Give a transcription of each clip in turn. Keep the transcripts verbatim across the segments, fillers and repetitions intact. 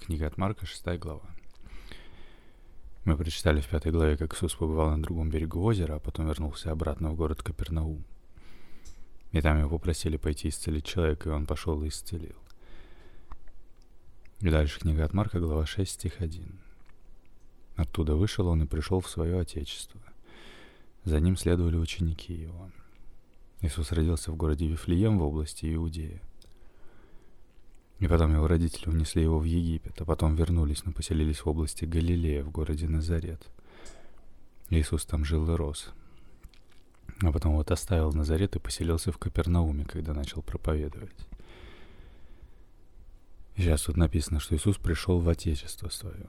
Книга от Марка, шестая глава. Мы прочитали в пятой главе, как Иисус побывал на другом берегу озера, а потом вернулся обратно в город Капернаум. И там его попросили пойти исцелить человека, и он пошел и исцелил. И дальше книга от Марка, глава шесть, стих один. Оттуда вышел он и пришел в свое отечество. За ним следовали ученики его. Иисус родился в городе Вифлеем в области Иудеи. И потом его родители унесли его в Египет, а потом вернулись, но поселились в области Галилея, в городе Назарет. Иисус там жил и рос. А потом вот оставил Назарет и поселился в Капернауме, когда начал проповедовать. И сейчас тут написано, что Иисус пришел в Отечество свое.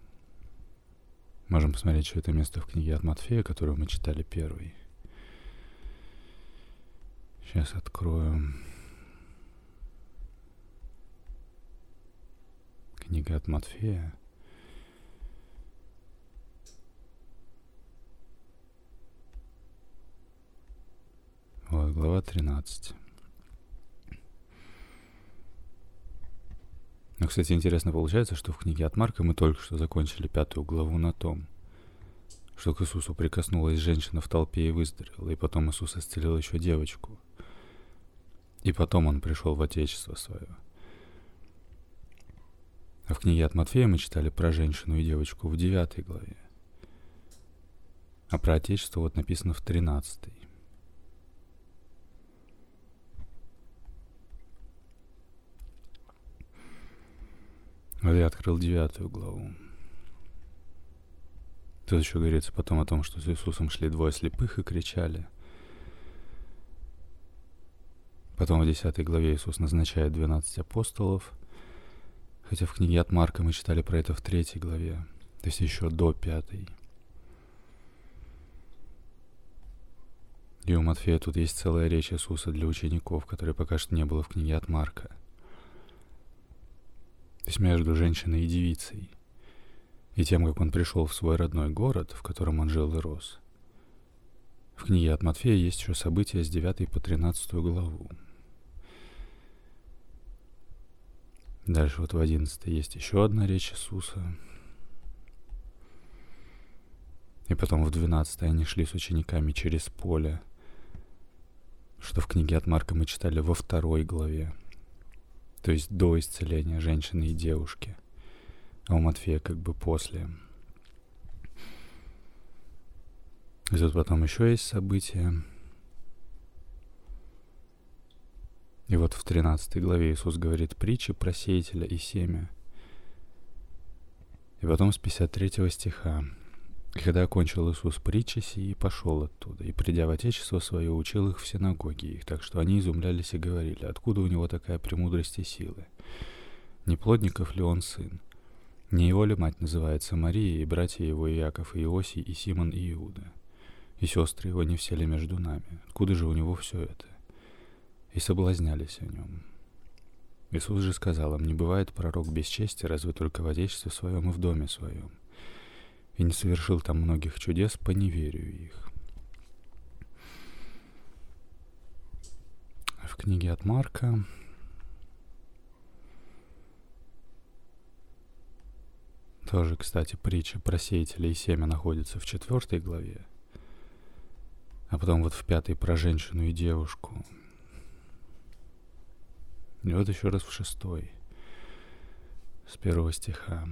Можем посмотреть, что это место в книге от Матфея, которую мы читали первой. Сейчас открою. Книга от Матфея. Вот, глава тринадцать. Ну, кстати, интересно получается, что в книге от Марка мы только что закончили пятую главу на том, что к Иисусу прикоснулась женщина в толпе и выздоровела, и потом Иисус исцелил еще девочку. И потом он пришел в Отечество свое. А в книге от Матфея мы читали про женщину и девочку в девятой главе. А про Отечество вот написано в тринадцатой. Вот я открыл девятую главу. Тут еще говорится потом о том, что с Иисусом шли двое слепых и кричали. Потом в десятой главе Иисус назначает двенадцать апостолов. Хотя в книге от Марка мы читали про это в третьей главе, то есть еще до пятой. И у Матфея тут есть целая речь Иисуса для учеников, которой пока что не было в книге от Марка. То есть между женщиной и девицей, и тем, как он пришел в свой родной город, в котором он жил и рос. В книге от Матфея есть еще события с девятой по тринадцатую главу. Дальше вот в одиннадцатой есть еще одна речь Иисуса. И потом в двенадцатой они шли с учениками через поле, что в книге от Марка мы читали во второй главе. То есть до исцеления женщины и девушки. А у Матфея как бы после. И тут потом еще есть события. И вот в тринадцатой главе Иисус говорит притчи про сеятеля и семя. И потом с пятьдесят третьего стиха. «И когда окончил Иисус притчи сии, и пошел оттуда, и, придя в Отечество свое, учил их в синагоге их, так что они изумлялись и говорили, откуда у него такая премудрость и силы? Не плотников ли он сын? Не его ли мать называется Мария, и братья его Иаков, и Иосий, и Симон, и Иуда? И сестры его не все ли между нами? Откуда же у него все это?» И соблазнялись о нем. Иисус же сказал им, не бывает пророк без чести, разве только в Отечестве своем и в доме своем. И не совершил там многих чудес по неверию их. В книге от Марка тоже, кстати, притча про сеятеля и семя находится в четвертой главе, а потом вот в пятой про женщину и девушку. И вот еще раз в шестой, с первого стиха.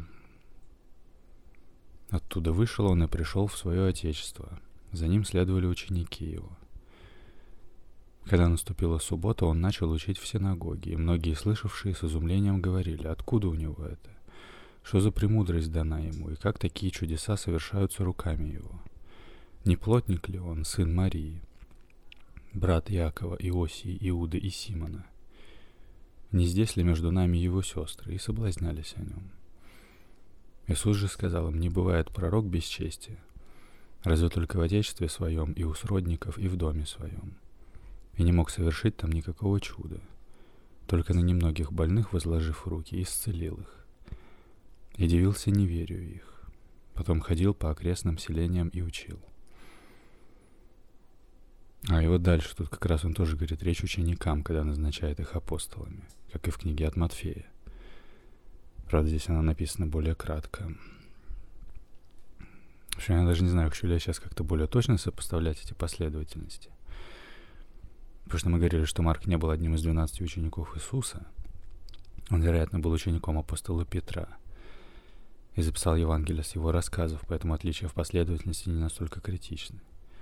Оттуда вышел он и пришел в свое отечество. За ним следовали ученики его. Когда наступила суббота, он начал учить в синагоге, и многие слышавшие с изумлением говорили, откуда у него это? Что за премудрость дана ему, и как такие чудеса совершаются руками его? Не плотник ли он, сын Марии, брат Иакова, Иосии, Иуды и Симона? Не здесь ли между нами его сестры? И соблазнялись о нем. Иисус же сказал им, не бывает пророк без чести, разве только в отечестве своем и у сродников, и в доме своем. И не мог совершить там никакого чуда, только на немногих больных, возложив руки, исцелил их. И дивился неверию их. Потом ходил по окрестным селениям и учил. А и вот дальше тут как раз он тоже говорит речь ученикам, когда назначает их апостолами, как и в книге от Матфея. Правда, здесь она написана более кратко. В общем, я даже не знаю, хочу ли я сейчас как-то более точно сопоставлять эти последовательности. Потому что мы говорили, что Марк не был одним из двенадцати учеников Иисуса. Он, вероятно, был учеником апостола Петра и записал Евангелие с его рассказов, поэтому отличия в последовательности не настолько критичны.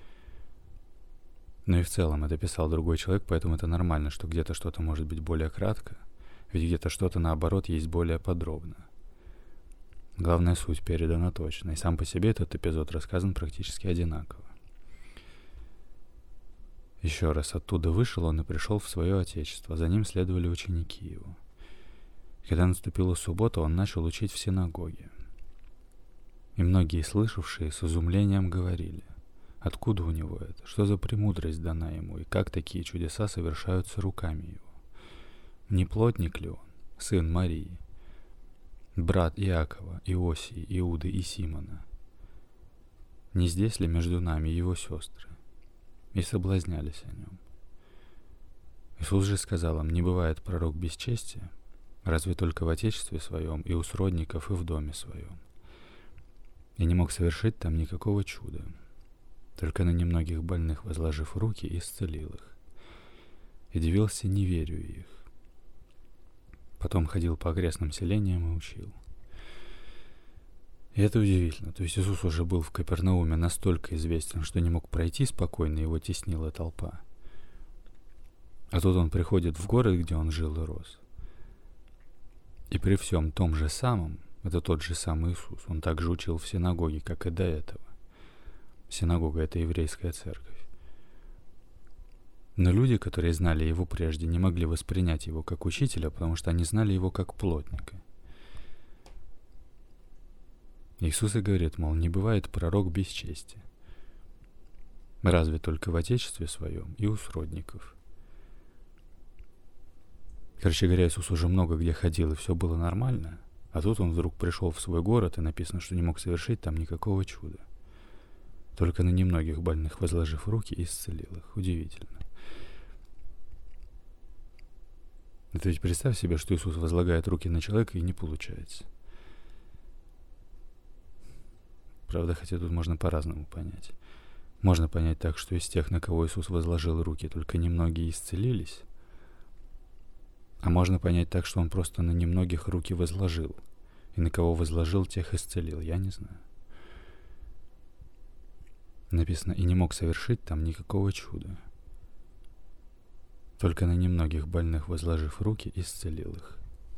Но и в целом это писал другой человек, поэтому это нормально, что где-то что-то может быть более кратко, ведь где-то что-то, наоборот, есть более подробно. Главная суть передана точно, и сам по себе этот эпизод рассказан практически одинаково. Еще раз, оттуда вышел он и пришел в свое отечество, за ним следовали ученики его. Когда наступила суббота, он начал учить в синагоге. И многие слышавшие с изумлением говорили: откуда у него это, что за премудрость дана ему, и как такие чудеса совершаются руками его? Не плотник ли он, сын Марии, брат Иакова, Иосии, Иуды и Симона? Не здесь ли между нами его сестры? И соблазнялись о нем. Иисус же сказал им: не бывает пророк без чести, разве только в отечестве своем, и у сродников, и в доме своем. И не мог совершить там никакого чуда, только на немногих больных возложив руки, исцелил их. И дивился неверию их. Потом ходил по окрестным селениям и учил. И это удивительно. То есть Иисус уже был в Капернауме настолько известен, что не мог пройти спокойно, его теснила толпа. А тут он приходит в город, где он жил и рос. И при всем том же самом, это тот же самый Иисус, он также учил в синагоге, как и до этого. Синагога — это еврейская церковь. Но люди, которые знали его прежде, не могли воспринять его как учителя, потому что они знали его как плотника. Иисус и говорит, мол, не бывает пророк без чести. Разве только в отечестве своем и у сродников. Короче говоря, Иисус уже много где ходил, и все было нормально, а тут он вдруг пришел в свой город, и написано, что не мог совершить там никакого чуда. Только на немногих больных, возложив руки, исцелил их. Удивительно. Это ведь представь себе, что Иисус возлагает руки на человека, и не получается. Правда, хотя тут можно по-разному понять. Можно понять так, что из тех, на кого Иисус возложил руки, только немногие исцелились. А можно понять так, что Он просто на немногих руки возложил. И на кого возложил, тех исцелил. Я не знаю. Написано, и не мог совершить там никакого чуда. Только на немногих больных, возложив руки, исцелил их.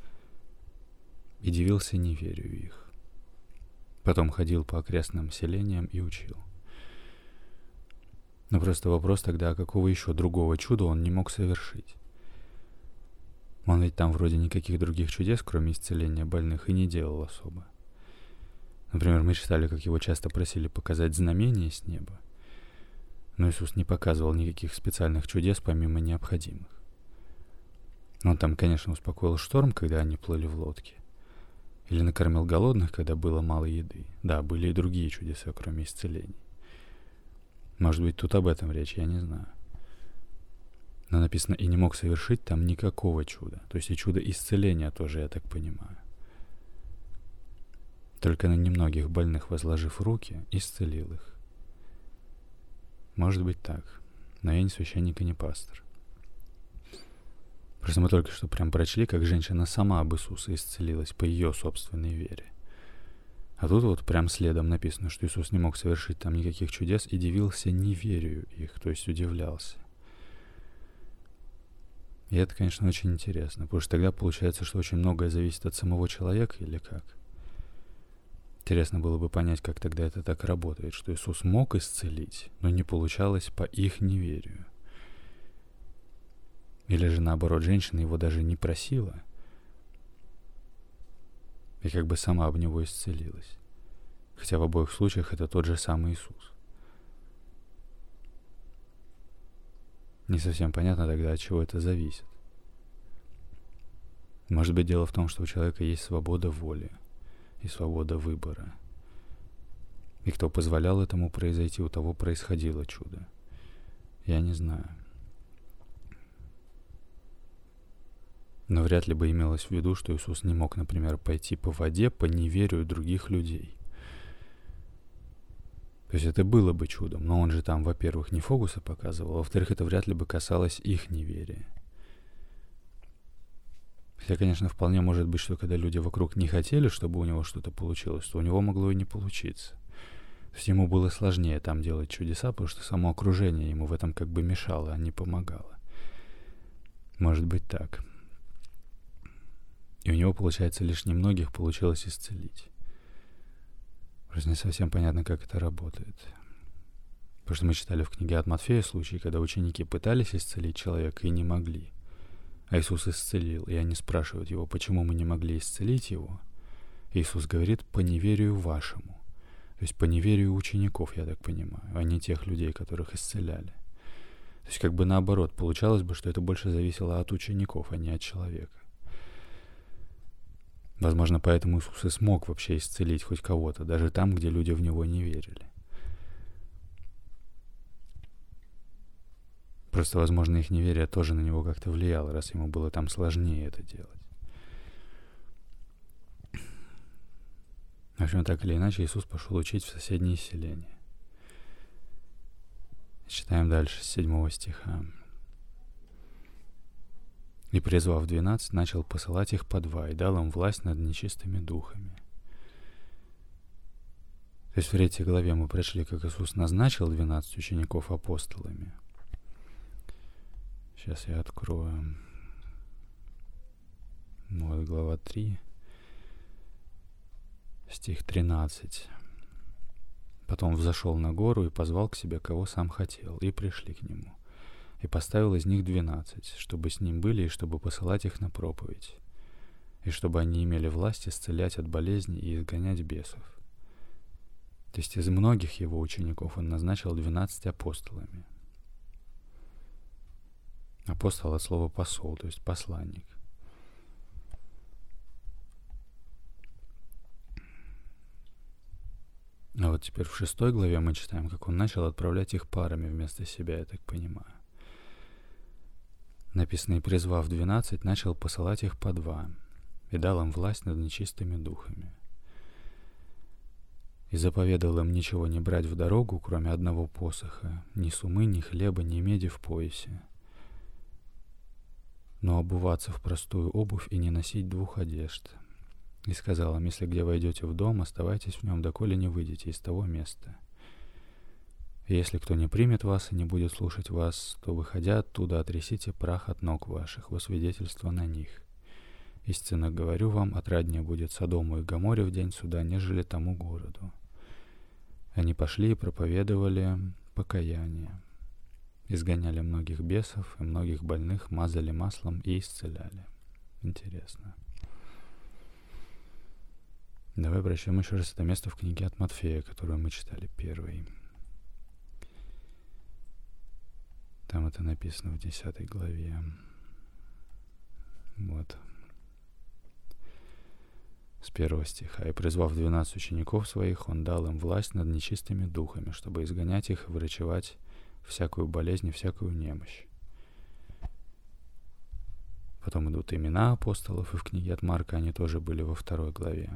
И дивился неверию их. Потом ходил по окрестным селениям и учил. Но просто вопрос тогда, а какого еще другого чуда он не мог совершить? Он ведь там вроде никаких других чудес, кроме исцеления больных, и не делал особо. Например, мы читали, как его часто просили показать знамения с неба. Но Иисус не показывал никаких специальных чудес, помимо необходимых. Он там, конечно, успокоил шторм, когда они плыли в лодке. Или накормил голодных, когда было мало еды. Да, были и другие чудеса, кроме исцелений. Может быть, тут об этом речь, я не знаю. Но написано, и не мог совершить там никакого чуда. То есть и чудо исцеления тоже, я так понимаю. Только на немногих больных, возложив руки, исцелил их. Может быть так. Но я не священник и не пастор. Просто мы только что прям прочли, как женщина сама об Иисусе исцелилась по ее собственной вере. А тут вот прям следом написано, что Иисус не мог совершить там никаких чудес и дивился неверию их, то есть удивлялся. И это, конечно, очень интересно, потому что тогда получается, что очень многое зависит от самого человека или как. Интересно было бы понять, как тогда это так работает, что Иисус мог исцелить, но не получалось по их неверию. Или же наоборот, женщина его даже не просила и как бы сама об него исцелилась. Хотя в обоих случаях это тот же самый Иисус. Не совсем понятно тогда, от чего это зависит. Может быть, дело в том, что у человека есть свобода воли и свобода выбора. И кто позволял этому произойти, у того происходило чудо. Я не знаю. Но вряд ли бы имелось в виду, что Иисус не мог, например, пойти по воде по неверию других людей. То есть это было бы чудом, но он же там, во-первых, не фокусы показывал, а во-вторых, это вряд ли бы касалось их неверия. Хотя, конечно, вполне может быть, что когда люди вокруг не хотели, чтобы у него что-то получилось, то у него могло и не получиться. То есть ему было сложнее там делать чудеса, потому что само окружение ему в этом как бы мешало, а не помогало. Может быть так. И у него, получается, лишь немногих получилось исцелить. Просто не совсем понятно, как это работает. Потому что мы читали в книге от Матфея случай, когда ученики пытались исцелить человека и не могли. А Иисус исцелил, и они спрашивают его, почему мы не могли исцелить его. Иисус говорит, по неверию вашему. То есть по неверию учеников, я так понимаю, а не тех людей, которых исцеляли. То есть как бы наоборот, получалось бы, что это больше зависело от учеников, а не от человека. Возможно, поэтому Иисус и смог вообще исцелить хоть кого-то, даже там, где люди в Него не верили. Просто, возможно, их неверие тоже на Него как-то влияло, раз ему было там сложнее это делать. В общем, так или иначе, Иисус пошел учить в соседние селения. Читаем дальше, с седьмого стиха. «И, призвав двенадцать, начал посылать их по два, и дал им власть над нечистыми духами». То есть в третьей главе мы прочли, как Иисус назначил двенадцать учеников апостолами. Сейчас я открою. Вот глава три, стих тринадцать. «Потом взошел на гору и позвал к себе, кого сам хотел, и пришли к нему. И поставил из них двенадцать, чтобы с ним были, и чтобы посылать их на проповедь, и чтобы они имели власть исцелять от болезней и изгонять бесов». То есть из многих его учеников он назначил двенадцать апостолами. Апостол от слова посол, то есть посланник. А вот теперь в шестой главе мы читаем, как он начал отправлять их парами вместо себя, я так понимаю. Написано, и призвав двенадцать, начал посылать их по два, и дал им власть над нечистыми духами. И заповедал им ничего не брать в дорогу, кроме одного посоха, ни сумы, ни хлеба, ни меди в поясе, но обуваться в простую обувь и не носить двух одежд. И сказал им, если где войдете в дом, оставайтесь в нем, доколе не выйдете из того места. И если кто не примет вас и не будет слушать вас, то, выходя оттуда, отрясите прах от ног ваших во свидетельство на них. Истинно говорю вам, отраднее будет Содому и Гоморе в день суда, нежели тому городу. Они пошли и проповедовали покаяние, изгоняли многих бесов, и многих больных мазали маслом и исцеляли. Интересно. Давай прочтем еще раз это место в книге от Матфея, которую мы читали первой. Там это написано в десятой главе. Вот. С первого стиха. «И, призвав двенадцать учеников своих, он дал им власть над нечистыми духами, чтобы изгонять их и врачевать всякую болезнь и всякую немощь». Потом идут имена апостолов, и в книге от Марка они тоже были во второй главе.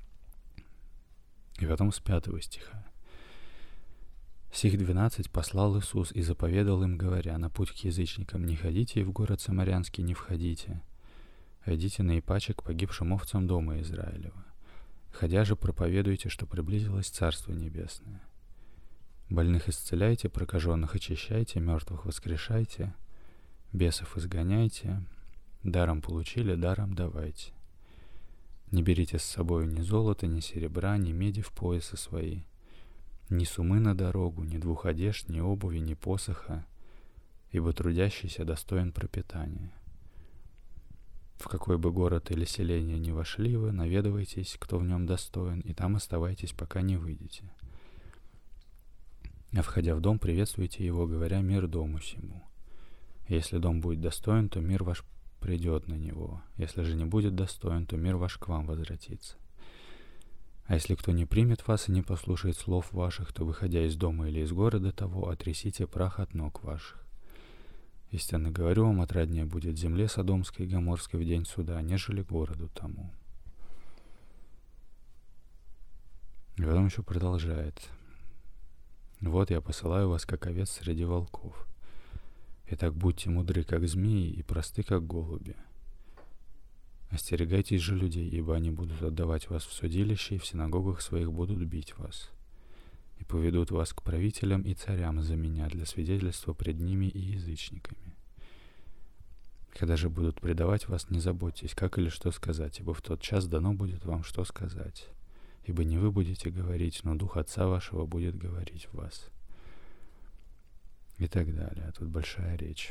И потом с пятого стиха. «Сих двенадцать послал Иисус и заповедал им, говоря, на путь к язычникам не ходите и в город Самарянский не входите, а идите наипаче к погибшим овцам дома Израилева. Ходя же проповедуйте, что приблизилось Царство Небесное. Больных исцеляйте, прокаженных очищайте, мертвых воскрешайте, бесов изгоняйте, даром получили, даром давайте. Не берите с собой ни золота, ни серебра, ни меди в поясы свои, ни сумы на дорогу, ни двух одежд, ни обуви, ни посоха, ибо трудящийся достоин пропитания. В какой бы город или селение ни вошли вы, наведывайтесь, кто в нем достоин, и там оставайтесь, пока не выйдете. А входя в дом, приветствуйте его, говоря мир дому сему. Если дом будет достоин, то мир ваш придет на него. Если же не будет достоин, то мир ваш к вам возвратится. А если кто не примет вас и не послушает слов ваших, то, выходя из дома или из города того, отрясите прах от ног ваших. Истинно говорю вам, отраднее будет земле Содомской и Гоморской в день суда, нежели городу тому». И потом еще продолжает. «Вот я посылаю вас, как овец среди волков. Итак, будьте мудры, как змеи, и просты, как голуби. Остерегайтесь же людей, ибо они будут отдавать вас в судилище, и в синагогах своих будут бить вас. И поведут вас к правителям и царям за меня для свидетельства пред ними и язычниками. Когда же будут предавать вас, не заботьтесь, как или что сказать, ибо в тот час дано будет вам что сказать. Ибо не вы будете говорить, но Дух Отца вашего будет говорить в вас». И так далее. Тут большая речь.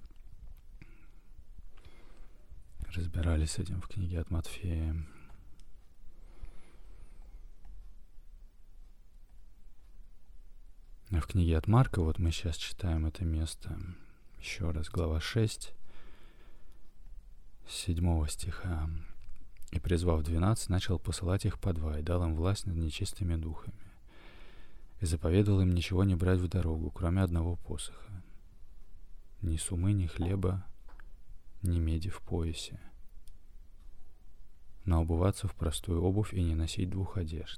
Разбирались с этим в книге от Матфея. А в книге от Марка, вот мы сейчас читаем это место. Еще раз, глава шесть, седьмого стиха. «И, призвав двенадцать, начал посылать их по два, и дал им власть над нечистыми духами. И заповедовал им ничего не брать в дорогу, кроме одного посоха. Ни сумы, ни хлеба, ни меди в поясе. Но обуваться в простую обувь и не носить двух одежд».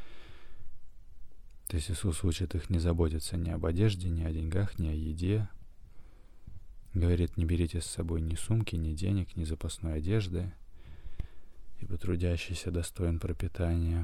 То есть Иисус учит их не заботиться ни об одежде, ни о деньгах, ни о еде. Говорит, не берите с собой ни сумки, ни денег, ни запасной одежды, ибо трудящийся достоин пропитания.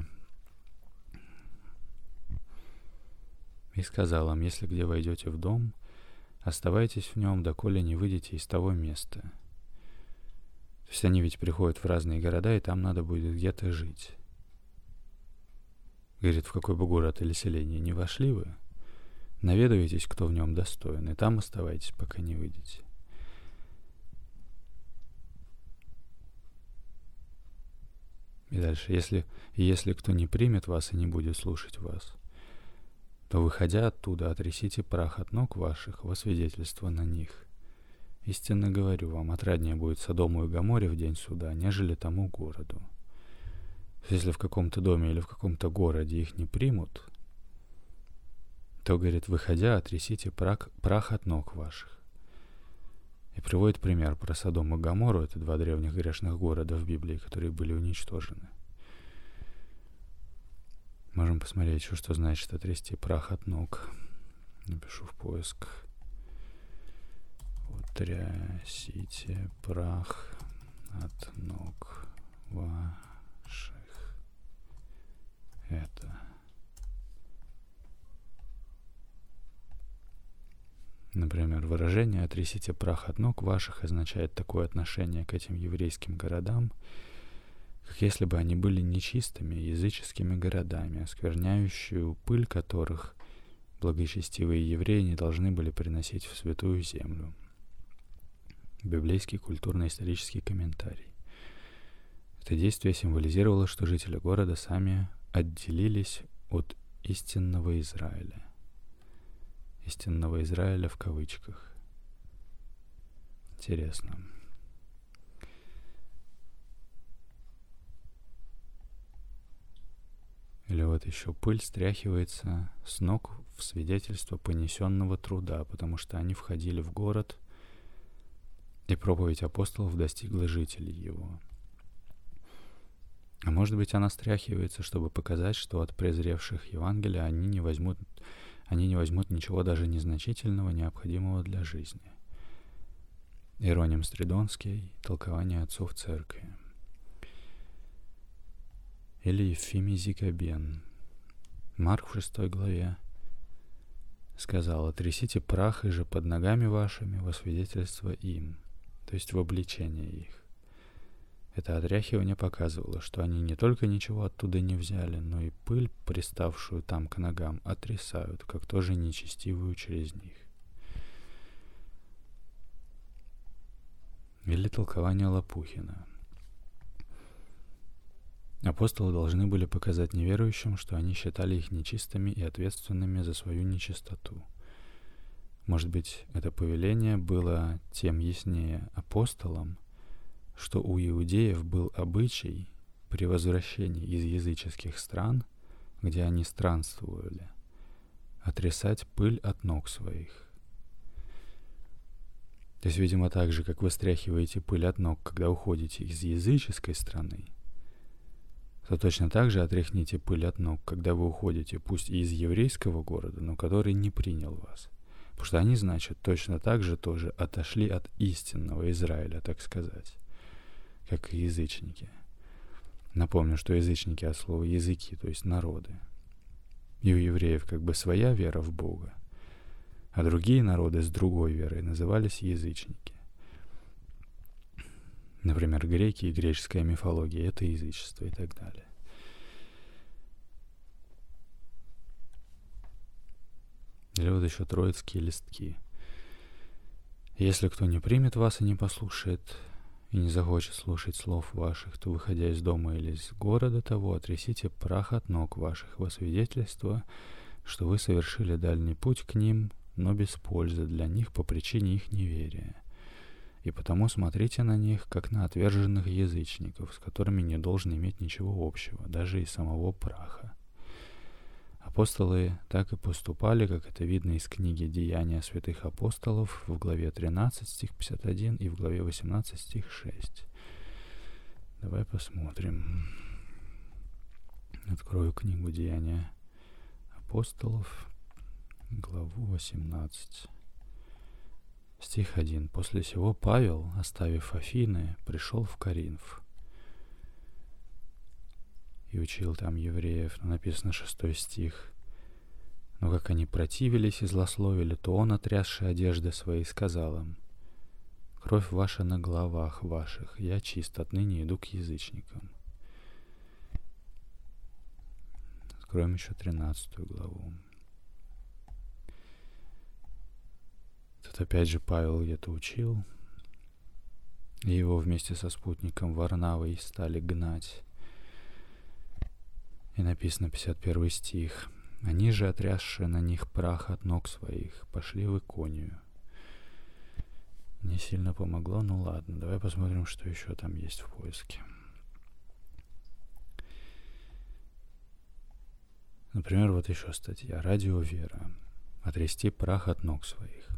И сказал им, если где войдете в дом, оставайтесь в нем, доколе не выйдете из того места. То есть они ведь приходят в разные города, и там надо будет где-то жить. Говорит, в какой бы город или селение не вошли вы, наведывайтесь, кто в нем достоин, и там оставайтесь, пока не выйдете. И дальше, если, если кто не примет вас и не будет слушать вас, то, выходя оттуда, отрясите прах от ног ваших во свидетельство на них. Истинно говорю вам, отраднее будет Содому и Гоморе в день суда, нежели тому городу. Если в каком-то доме или в каком-то городе их не примут, то, говорит, выходя, отрясите прах, прах от ног ваших. И приводит пример про Содом и Гоморру, это два древних грешных города в Библии, которые были уничтожены. Можем посмотреть еще, что значит отрясти прах от ног. Напишу в поиск. Отрясите прах от ног ваших. Это. Например, выражение «отрясите прах от ног ваших» означает такое отношение к этим еврейским городам, как если бы они были нечистыми языческими городами, оскверняющую пыль которых благочестивые евреи не должны были приносить в святую землю. Библейский культурно-исторический комментарий. Это действие символизировало, что жители города сами отделились от истинного Израиля. Истинного Израиля в кавычках. Интересно. Или вот еще пыль стряхивается с ног в свидетельство понесенного труда, потому что они входили в город, и проповедь апостолов достигла жителей его. А может быть, она стряхивается, чтобы показать, что от презревших Евангелия они не возьмут, они не возьмут ничего даже незначительного, необходимого для жизни. Иероним Стридонский, толкование отцов церкви. Или Ефимий Зикабен. Марк в шестой главе сказал: «Отрясите прах и же под ногами вашими во свидетельство им», то есть в обличение их. Это отряхивание показывало, что они не только ничего оттуда не взяли, но и пыль, приставшую там к ногам, отрясают, как тоже нечестивую через них. Или толкование Лопухина. Апостолы должны были показать неверующим, что они считали их нечистыми и ответственными за свою нечистоту. Может быть, это повеление было тем яснее апостолам, что у иудеев был обычай при возвращении из языческих стран, где они странствовали, отрясать пыль от ног своих. То есть, видимо, так же, как вы стряхиваете пыль от ног, когда уходите из языческой страны, то точно так же отряхните пыль от ног, когда вы уходите, пусть и из еврейского города, но который не принял вас. Потому что они, значит, точно так же тоже отошли от истинного Израиля, так сказать, как и язычники. Напомню, что язычники от слова языки, то есть народы. И у евреев как бы своя вера в Бога, а другие народы с другой верой назывались язычники. Например, греки и греческая мифология — это язычество и так далее. Или вот еще троицкие листки. Если кто не примет вас и не послушает, и не захочет слушать слов ваших, то, выходя из дома или из города того, отрясите прах от ног ваших во свидетельство, что вы совершили дальний путь к ним, но без пользы для них по причине их неверия. И потому смотрите на них, как на отверженных язычников, с которыми не должен иметь ничего общего, даже и самого праха. Апостолы так и поступали, как это видно из книги «Деяния святых апостолов» в главе тринадцать, стих пятьдесят один, и в главе восемнадцать, стих шесть. Давай посмотрим. Открою книгу «Деяния апостолов», главу восемнадцать. Стих один. «После сего Павел, оставив Афины, пришел в Коринф и учил там евреев». Но написано шестой стих. «Но как они противились и злословили, то он, отрясший одежды свои, сказал им: кровь ваша на головах ваших, я чист, отныне иду к язычникам». Откроем еще тринадцатую главу. Тут опять же Павел где-то учил, и его вместе со спутником Варнавой стали гнать. И написано пятьдесят первый стих. «Они же, отрясшие на них прах от ног своих, пошли в Иконию». Не сильно помогло, ну ладно, давай посмотрим, что еще там есть в поиске. Например, вот еще статья «Радио Вера. Отрясти прах от ног своих».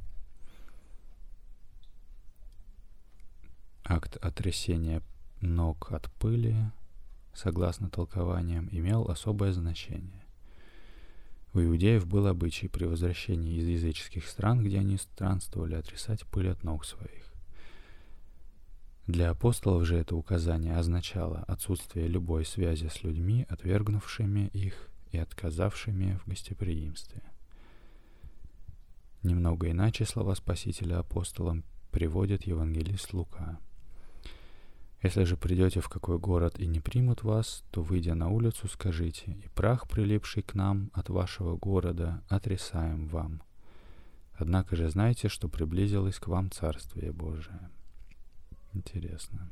Акт отрясения ног от пыли, согласно толкованиям, имел особое значение. У иудеев был обычай при возвращении из языческих стран, где они странствовали, отрясать пыль от ног своих. Для апостолов же это указание означало отсутствие любой связи с людьми, отвергнувшими их и отказавшими в гостеприимстве. Немного иначе слова Спасителя апостолам приводит евангелист Лука. «Если же придете в какой город и не примут вас, то, выйдя на улицу, скажите: и прах, прилипший к нам от вашего города, отрясаем вам. Однако же знайте, что приблизилось к вам Царствие Божие». Интересно.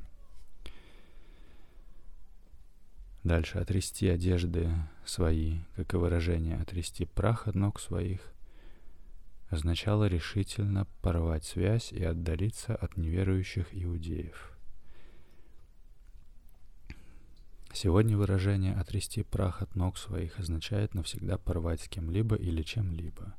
Дальше. «Отрясти одежды свои», как и выражение «отрясти прах от ног своих», означало решительно порвать связь и отдалиться от неверующих иудеев. Сегодня выражение «отрясти прах от ног своих» означает навсегда порвать с кем-либо или чем-либо.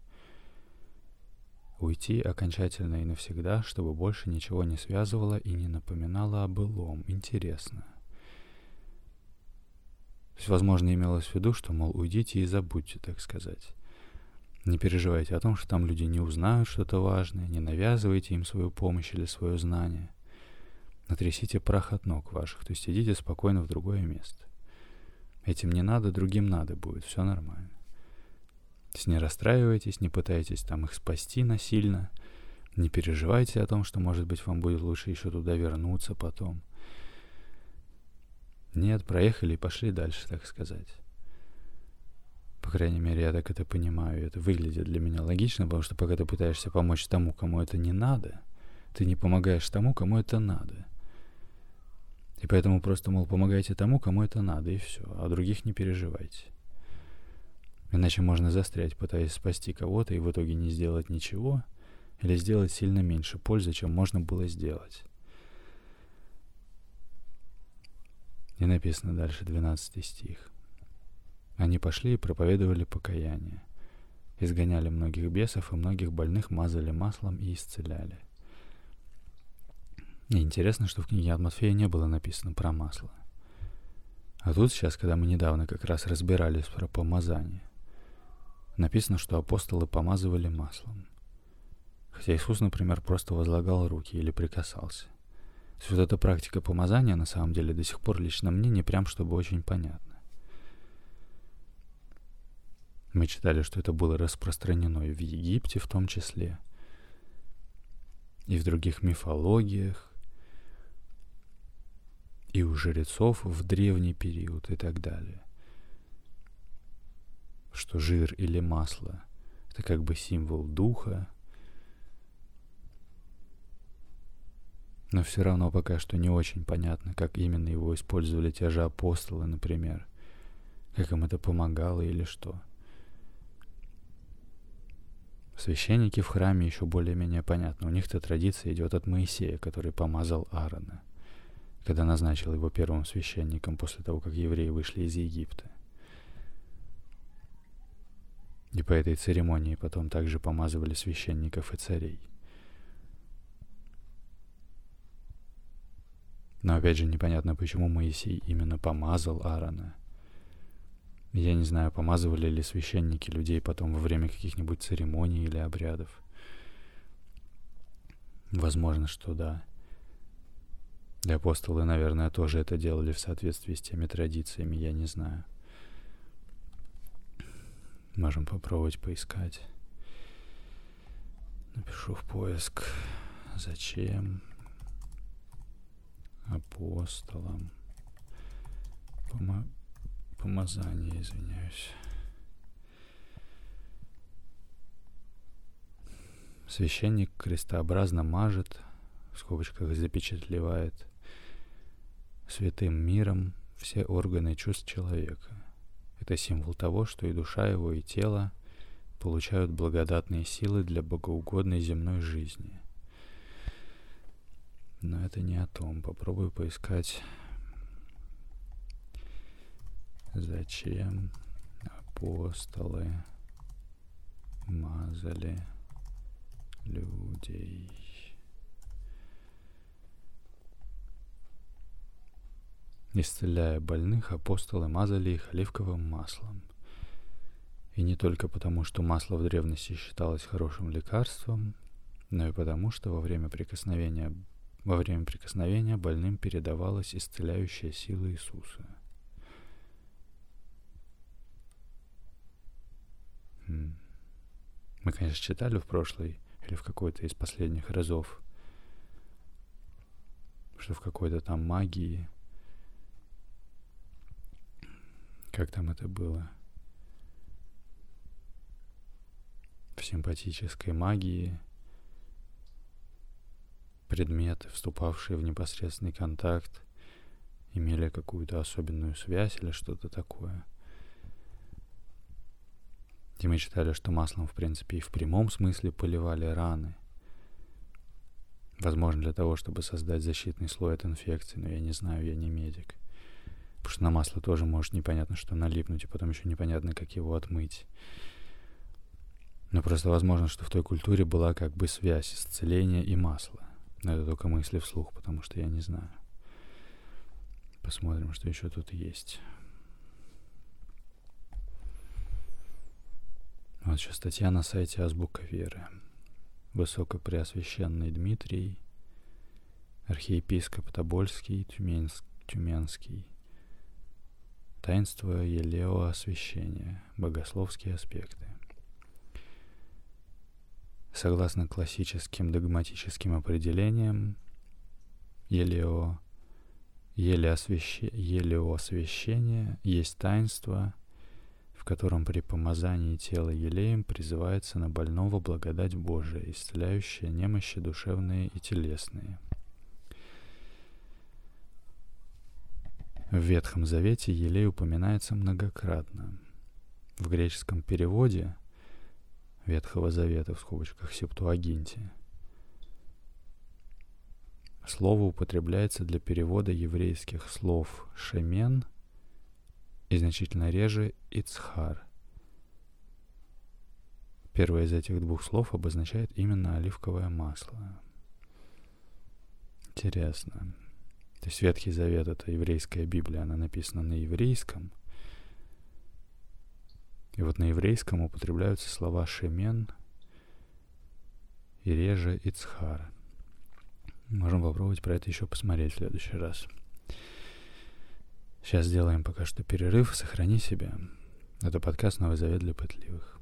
Уйти окончательно и навсегда, чтобы больше ничего не связывало и не напоминало о былом. Интересно. То есть, возможно, имелось в виду, что, мол, уйдите и забудьте, так сказать. Не переживайте о том, что там люди не узнают что-то важное, не навязывайте им свою помощь или свое знание. Отрясите прах от ног ваших, то есть идите спокойно в другое место. Этим не надо, другим надо будет, все нормально. То есть не расстраивайтесь, не пытайтесь там их спасти насильно, не переживайте о том, что, может быть, вам будет лучше еще туда вернуться потом. Нет, проехали и пошли дальше, так сказать. По крайней мере, я так это понимаю, это выглядит для меня логично, потому что пока ты пытаешься помочь тому, кому это не надо, ты не помогаешь тому, кому это надо. И поэтому просто, мол, помогайте тому, кому это надо, и все, а других не переживайте. Иначе можно застрять, пытаясь спасти кого-то, и в итоге не сделать ничего, или сделать сильно меньше пользы, чем можно было сделать. И написано дальше, двенадцатый стих. «Они пошли и проповедовали покаяние, изгоняли многих бесов, и многих больных мазали маслом и исцеляли». И интересно, что в книге от Матфея не было написано про масло. А тут сейчас, когда мы недавно как раз разбирались про помазание, написано, что апостолы помазывали маслом. Хотя Иисус, например, просто возлагал руки или прикасался. То есть вот эта практика помазания, на самом деле, до сих пор лично мне не прям чтобы очень понятно. Мы читали, что это было распространено и в Египте в том числе, и в других мифологиях, и у жрецов в древний период и так далее. Что жир или масло — это как бы символ духа, но все равно пока что не очень понятно, как именно его использовали те же апостолы, например, как им это помогало или что. Священники в храме еще более-менее понятно. У них-то традиция идет от Моисея, который помазал Аарона, когда назначил его первым священником после того, как евреи вышли из Египта. И по этой церемонии потом также помазывали священников и царей. Но опять же непонятно, почему Моисей именно помазал Аарона. Я не знаю, помазывали ли священники людей потом во время каких-нибудь церемоний или обрядов. Возможно, что да. И апостолы, наверное, тоже это делали в соответствии с теми традициями, я не знаю. Можем попробовать поискать. Напишу в поиск, зачем апостолам помо- помазание, извиняюсь. Священник крестообразно мажет, в скобочках запечатлевает святым миром все органы чувств человека. Это символ того, что и душа его, и тело получают благодатные силы для богоугодной земной жизни. Но это не о том. Попробую поискать, зачем апостолы мазали людей. Исцеляя больных, апостолы мазали их оливковым маслом. И не только потому, что масло в древности считалось хорошим лекарством, но и потому, что во время прикосновения, во время прикосновения больным передавалась исцеляющая сила Иисуса. Мы, конечно, читали в прошлой или в какой-то из последних разов, что в какой-то там магии, как там это было, в симпатической магии предметы, вступавшие в непосредственный контакт, имели какую-то особенную связь или что-то такое. И мы читали, что маслом, в принципе, и в прямом смысле поливали раны. Возможно, для того, чтобы создать защитный слой от инфекции, но я не знаю, я не медик. Потому что на масло тоже может непонятно что налипнуть, и потом еще непонятно, как его отмыть. Но просто возможно, что в той культуре была как бы связь исцеления и масла. Но это только мысли вслух, потому что я не знаю. Посмотрим, что еще тут есть. Вот еще статья на сайте Азбука Веры. Высокопреосвященный Дмитрий, архиепископ Тобольский, Тюменск, Тюменский. Таинство елеоосвящения. Богословские аспекты. Согласно классическим догматическим определениям, елео, елеосвящение, елеосвящение есть таинство, в котором при помазании тела елеем призывается на больного благодать Божия, исцеляющая немощи душевные и телесные. В Ветхом Завете елей упоминается многократно. В греческом переводе Ветхого Завета, в скобочках Септуагинте, слово употребляется для перевода еврейских слов «шемен» и значительно реже «ицхар». Первое из этих двух слов обозначает именно оливковое масло. Интересно. То есть Ветхий Завет — это еврейская Библия, она написана на еврейском. И вот на еврейском употребляются слова «шемен», и «реже», и «цхар». Можем попробовать про это еще посмотреть в следующий раз. Сейчас сделаем пока что перерыв. Сохрани себя. Это подкаст «Новый Завет для пытливых».